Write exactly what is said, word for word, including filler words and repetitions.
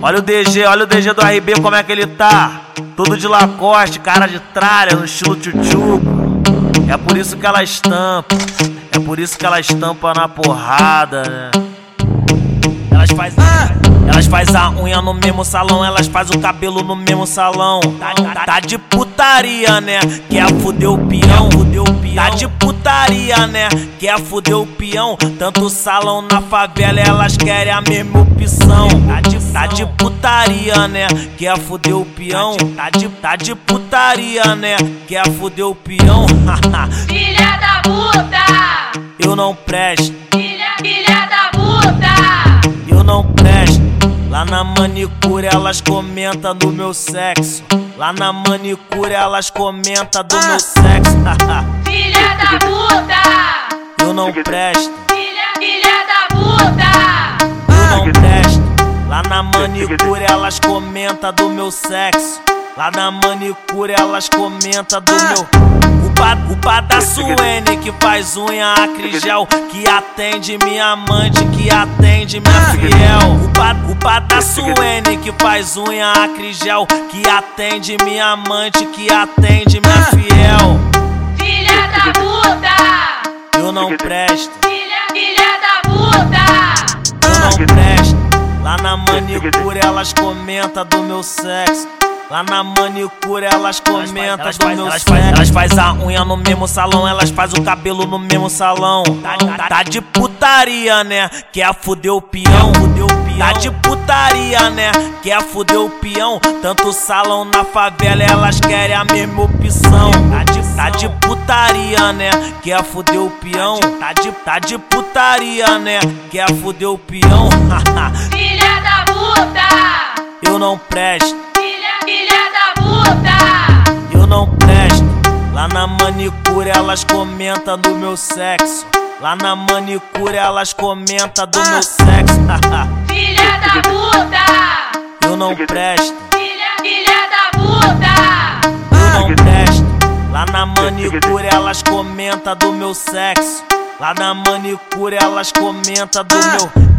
Olha o D G, olha o D G do R B como é que ele tá. Tudo de Lacoste, cara de tralha, no estilo tchutchuco. É por isso que ela estampa, é por isso que ela estampa na porrada, né? Elas faz, elas faz a unha no mesmo salão, elas faz o cabelo no mesmo salão. Tá, tá, tá de putaria, né? Quer fuder o peão, fuder o peão. Tá de putaria, né? Quer fuder o peão. Tanto salão na favela, elas querem a mesma opção. Tá de, tá de putaria, né? Quer fuder o peão. Tá de, tá de putaria, né? Quer fuder o peão. Filha da puta! Eu não presto. Filha, filha da puta! Eu não presto. Lá na manicure elas comentam do meu sexo. Lá na manicure elas comentam do meu sexo. Filha da puta! Eu não presto. Filha, filha da puta! Eu não presto. Lá na manicure elas comentam do meu sexo. Lá na manicure elas comentam do meu. Culpa, culpa da Suene que faz unha acrigel, que atende minha amante, que atende minha fiel. Culpa, culpa da Suene que faz unha acrigel, que atende minha amante, que atende minha fiel. Filha da puta! Eu não presto. Filha, filha da puta! Eu não presto. Lá na manicure elas comentam do meu sexo. Lá na manicure elas comentam do meu sexo. Elas faz a unha no mesmo salão, elas faz o cabelo no mesmo salão. Tá, tá, tá de putaria, né? Quer fuder o peão, fuder o peão. Tá de putaria, né? Quer fuder o peão. Tanto salão na favela, elas querem a mesma opção. Tá de, tá de putaria, né? Quer fuder o peão. Tá de, tá de putaria, né? Quer fuder o peão. Filha da puta! Eu não presto. Filha da puta! Eu não presto. Lá na manicure elas comentam do meu sexo. Lá na manicure elas comentam do meu sexo. Filha da puta! Eu não presto. Filha, filha da puta! Eu não presto. Lá na manicure elas comentam do meu sexo. Lá na manicure elas comentam do meu.